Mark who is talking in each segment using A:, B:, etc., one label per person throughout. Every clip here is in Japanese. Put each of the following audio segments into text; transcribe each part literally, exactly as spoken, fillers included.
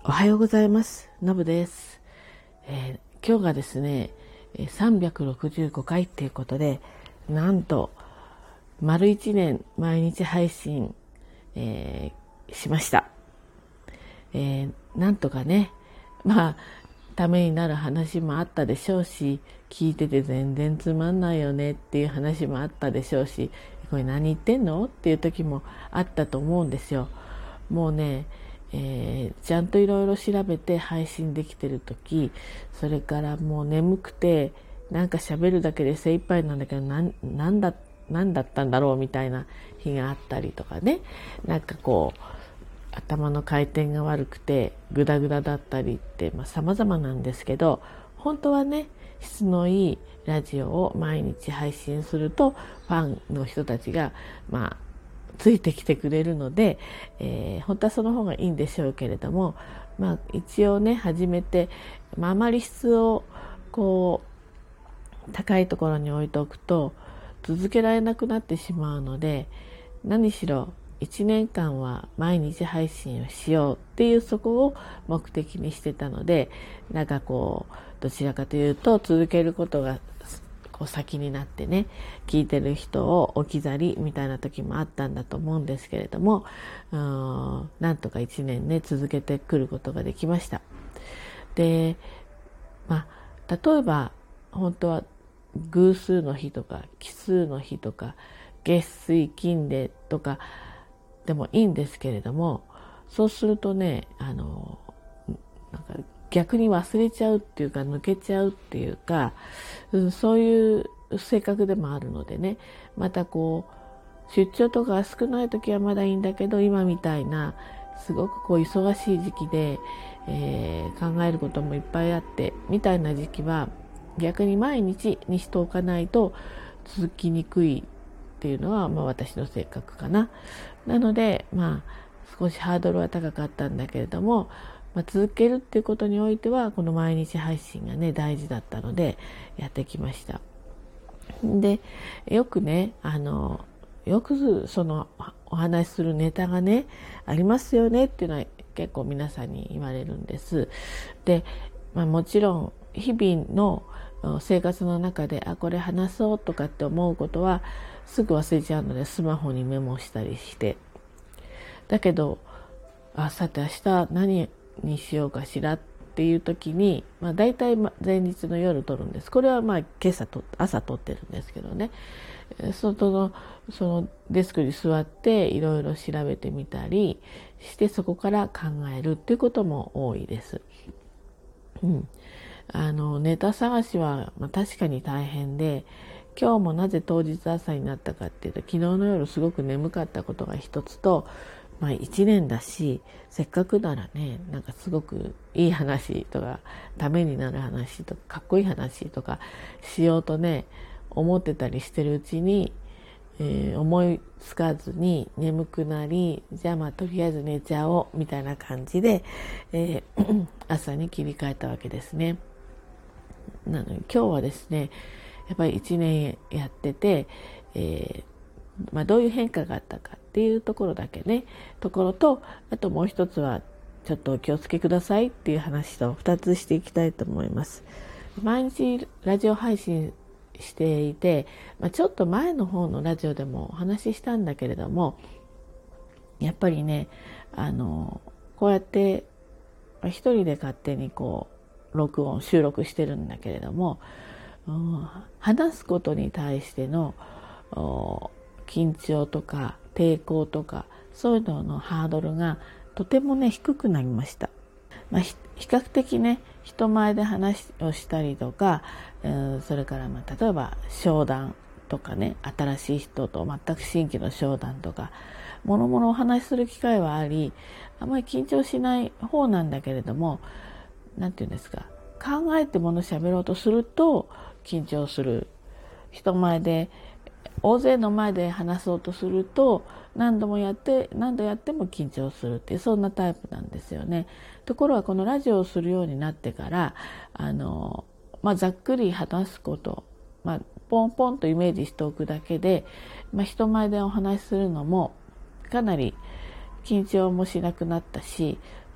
A: おはようございます。のぶです、えー、今日がですねさんびゃくろくじゅうごかいっていうことで、なんと丸いちねん毎日配信、えー、しました、えー、なんとかね、まあためになる話もあったでしょうし、聞いてて全然つまんないよねっていう話もあったでしょうし、これ何言ってんのっていう時もあったと思うんですよ。もうね、えー、ちゃんといろいろ調べて配信できてる時、それからもう眠くてなんか喋るだけで精一杯なんだけど、なんなんだなんだったんだろうみたいな日があったりとかね、なんかこう頭の回転が悪くてグダグダだったりって、まあ、様々なんですけど、本当はね、質のいいラジオを毎日配信するとファンの人たちがまあついてきてくれるので、えー、本当はその方がいいんでしょうけれども、まあ一応ね始めて、まあ、あまり質をこう高いところに置いておくと続けられなくなってしまうので、何しろいちねんかんは毎日配信をしようっていう、そこを目的にしてたので、なんかこうどちらかというと続けることがこう先になってね、聞いてる人を置き去りみたいな時もあったんだと思うんですけれども、うーんなんとかいちねんね続けてくることができました。で、まあ例えば本当は偶数の日とか奇数の日とか月水金でとかでもいいんですけれども、そうするとね、あのなんか逆に忘れちゃうっていうか抜けちゃうっていうか、うん、そういう性格でもあるのでね、またこう出張とかが少ない時はまだいいんだけど、今みたいなすごくこう忙しい時期で、えー、考えることもいっぱいあってみたいな時期は逆に毎日にしておかないと続きにくいっていうのは、まあ、私の性格かな。なのでまあ少しハードルは高かったんだけれども、まあ、続けるっていうことにおいてはこの毎日配信がね大事だったのでやってきました。でよくね、あのよくそのお話しするネタがねありますよねっていうのは結構皆さんに言われるんです。で、まあ、もちろん日々の生活の中であこれ話そうとかって思うことはすぐ忘れちゃうのでスマホにメモしたりして、だけどあさて明日何にしようかしらっていう時に、まあ、大体前日の夜撮るんです。これはまあ今朝と朝撮ってるんですけどね、外のそのデスクに座っていろいろ調べてみたりしてそこから考えるっていうことも多いです。うん、あのネタ探しは、まあ、確かに大変で、今日もなぜ当日朝になったかっていうと、昨日の夜すごく眠かったことが一つと、まあいちねんだしせっかくならね、なんかすごくいい話とかためになる話とかかっこいい話とかしようとね思ってたりしてるうちに、えー、思いつかずに眠くなり、じゃあまあとりあえず寝ちゃおうみたいな感じで、えー、朝に切り替えたわけですね。なので今日はですね、やっぱりいちねんやってて、えーまあ、どういう変化があったかっていうところだけね、ところと、あともう一つはちょっとお気をつけくださいっていう話とふたつしていきたいと思います。毎日ラジオ配信していて、まあ、ちょっと前の方のラジオでもお話ししたんだけれども、やっぱりね、あのこうやって一人で勝手にこう録音収録してるんだけれども、うん、話すことに対しての緊張とか抵抗とかそういうののハードルがとてもね低くなりました。まあ、比較的ね人前で話をしたりとか、うん、それからまあ例えば商談とかね、新しい人と全く新規の商談とかもろもろお話しする機会はあり、あまり緊張しない方なんだけれども、なんていうんですか、考えてもの喋ろうとすると緊張する。人前で大勢の前で話そうとすると何度もやって何度やっても緊張するっていう、そんなタイプなんですよね。ところがこのラジオをするようになってからあの、まあ、ざっくり話すこと、まあ、ポンポンとイメージしておくだけで、まあ、人前でお話しするのもかなり緊張もしなくなったし、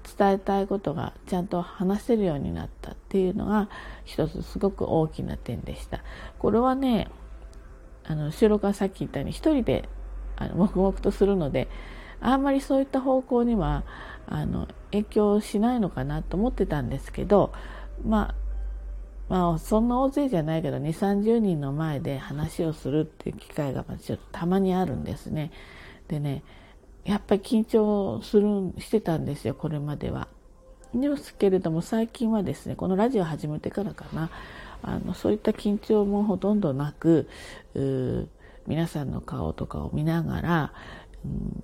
A: 伝えたいことがちゃんと話せるようになったっていうのが一つすごく大きな点でした。これはね、あの収録はさっき言ったように一人であの黙々とするので、あんまりそういった方向にはあの影響しないのかなと思ってたんですけど、まあまあそんな大勢じゃないけどにじゅう、さんじゅうにんの前で話をするっていう機会がちょっとたまにあるんですね。でね、やっぱり緊張するしてたんですよ、これまでは。ですけれども最近はですね、このラジオ始めてからかな、あのそういった緊張もほとんどなく、皆さんの顔とかを見ながら、うん、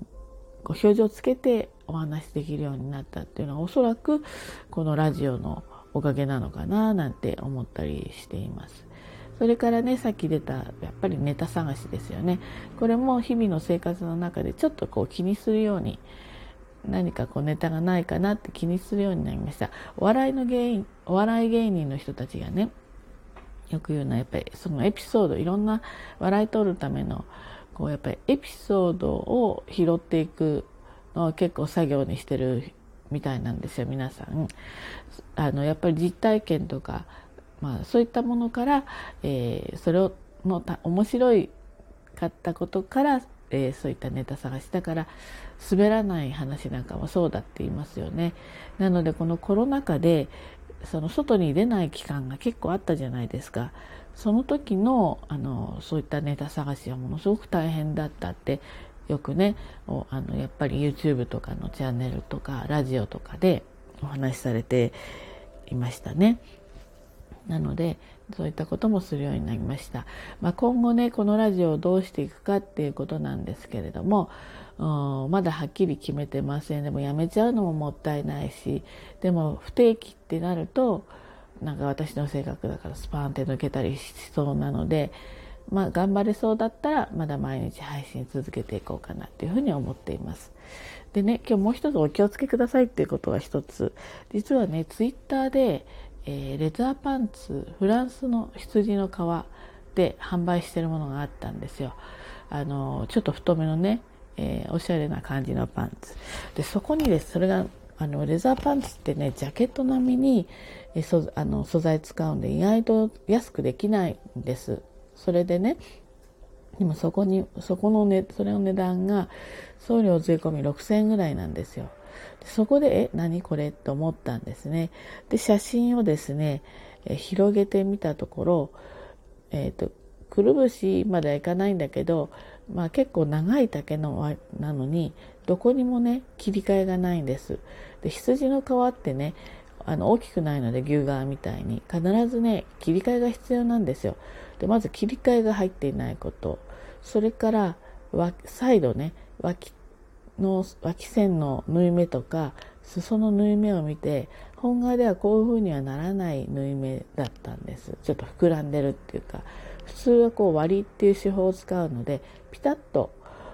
A: こう表情をつけてお話しできるようになったっていうのはおそらくこのラジオのおかげなのかななんて思ったりしています。それからね、さっき出たやっぱりネタ探しですよね。これも日々の生活の中でちょっとこう気にするように、何かこうネタがないかなって気にするようになりました。お笑いの芸人、お笑い芸人の人たちがね、よく言うのはやっぱりそのエピソード、いろんな笑い取るためのこうやっぱりエピソードを拾っていくのを結構作業にしてるみたいなんですよ、皆さん。あのやっぱり実体験とか、まあ、そういったものから、えー、それをのた面白いかったことから、えー、そういったネタ探しだから滑らない話なんかもそうだって言いますよね。なのでこのコロナ禍でその外に出ない期間が結構あったじゃないですか。その時のあのそういったネタ探しはものすごく大変だったってよくね、あのやっぱり YouTube とかのチャンネルとかラジオとかでお話しされていましたね。なのでそういったこともするようになりました。まあ、今後ね、このラジオをどうしていくかっていうことなんですけれども、まだはっきり決めてません。でもやめちゃうのももったいないし、でも不定期ってなるとなんか私の性格だからスパーンって抜けたりしそうなので、まあ頑張れそうだったらまだ毎日配信続けていこうかなっていうふうに思っています。でね、今日もう一つお気をつけくださいっていうことが一つ、実はね、ツイッターでえー、レザーパンツ、フランスの羊の皮で販売しているものがあったんですよ。あのちょっと太めのね、えー、おしゃれな感じのパンツで、そこにですそれがあのレザーパンツってね、ジャケット並みに、えー、そあの素材使うんで意外と安くできないんです。それでね、でもそこにそこのねそれの値段が送料税込みろくせんえんぐらいなんですよ。そこでえ何これと思ったんですね。で写真をですね、え広げてみたところ、えっとくるぶしまではいかないんだけど、まあ結構長い丈のなのにどこにもね切り替えがないんです。で羊の皮ってね、あの大きくないので牛革みたいに必ずね切り替えが必要なんですよ。でまず切り替えが入っていないこと、それからサイドね、脇の脇線の縫い目とか裾の縫い目を見て、本革ではこういう風にはならない縫い目だったんです。ちょっと膨らんでるっていうか、普通はこう割りっていう手法を使うのでピタッと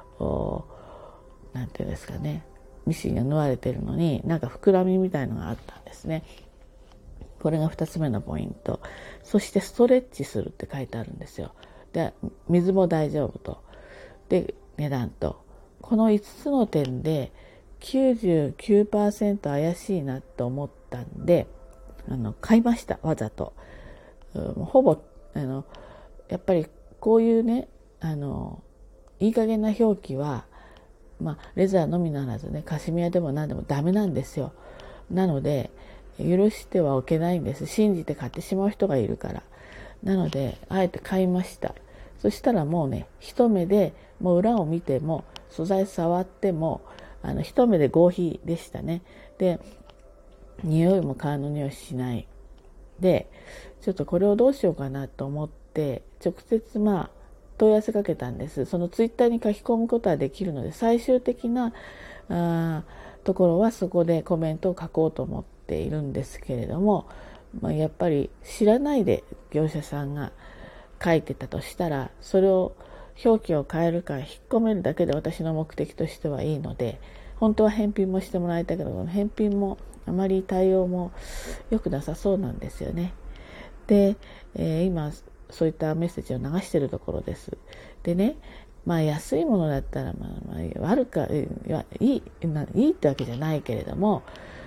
A: なんていうんですかね、ミシンが縫われてるのになんか膨らみみたいのがあったんですね。これがふたつめのポイント。そしてストレッチするって書いてあるんですよ。で水も大丈夫と、で値段と、このいつつの点で きゅうじゅうきゅうパーセント 怪しいなと思ったんで、あの買いました、わざと。ほぼあのやっぱりこういうね、あのいい加減な表記は、まあ、レザーのみならずね、カシミヤでも何でもダメなんですよ。なので許してはおけないんです。信じて買ってしまう人がいるから。なのであえて買いました。そしたらもうね、一目でもう裏を見ても素材触ってもあの一目で合皮でしたね。で匂いも革の匂いしないで、ちょっとこれをどうしようかなと思って直接まあ問い合わせかけたんです。そのツイッターに書き込むことはできるので、最終的なあところはそこでコメントを書こうと思っているんですけれども、まあ、やっぱり知らないで業者さんが書いてたとしたら、それを表記を変えるか引っ込めるだけで私の目的としてはいいので、本当は返品もしてもらいたいけど、返品もあまり対応も良くなさそうなんですよね。で、えー、今そういったメッセージを流しているところです。でね、まあ安いものだったらまあまあ悪かいやいいいいってわけじゃないけれども、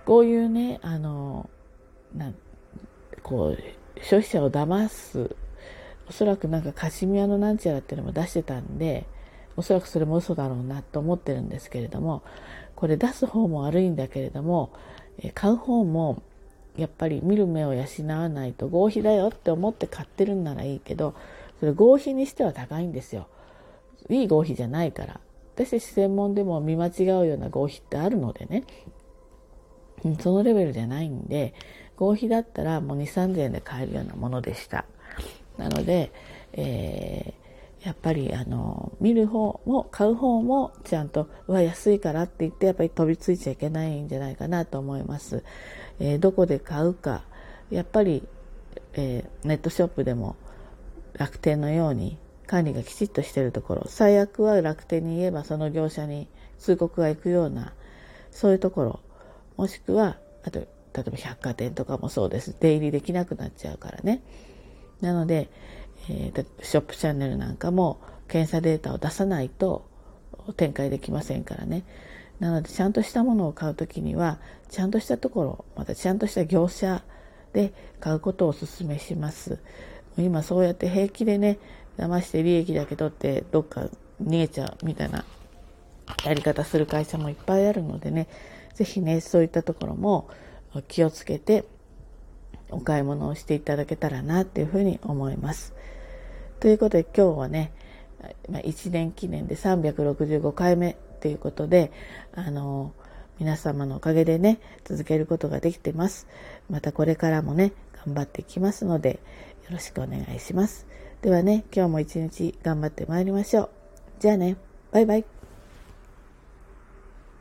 A: こういうね、あのなんこう消費者を騙す、おそらくなんかカシミヤのなんちゃらっていうのも出してたんで、おそらくそれも嘘だろうなと思ってるんですけれども、これ出す方も悪いんだけれども、買う方もやっぱり見る目を養わないと、合皮だよって思って買ってるんならいいけど、それ合皮にしては高いんですよ。いい合皮じゃないから。私たち専門でも見間違うような合皮ってあるのでね、そのレベルじゃないんで、合皮だったらもうにせんさんぜんえんで買えるようなものでした。なので、えー、やっぱりあの見る方も買う方もちゃんとうわ安いからって言ってやっぱり飛びついちゃいけないんじゃないかなと思います。えー、どこで買うか、やっぱり、えー、ネットショップでも楽天のように管理がきちっとしているところ、最悪は楽天に言えばその業者に通告が行くような、そういうところ、もしくはあと例えば百貨店とかもそうです。出入りできなくなっちゃうからね。なので、えー、ショップチャンネルなんかも検査データを出さないと展開できませんからね。なのでちゃんとしたものを買うときにはちゃんとしたところ、またちゃんとした業者で買うことをお勧めします。今そうやって平気でね、騙して利益だけ取ってどっか逃げちゃうみたいなやり方する会社もいっぱいあるのでね、ぜひね、そういったところも気をつけてお買い物をしていただけたらなっていうふうに思います。ということで今日はね、いちねん記念でさんびゃくろくじゅうごかいめということで、あの皆様のおかげでね続けることができてます。またこれからもね頑張っていきますのでよろしくお願いします。ではね、今日も一日頑張ってまいりましょう。じゃあね、バイバイ。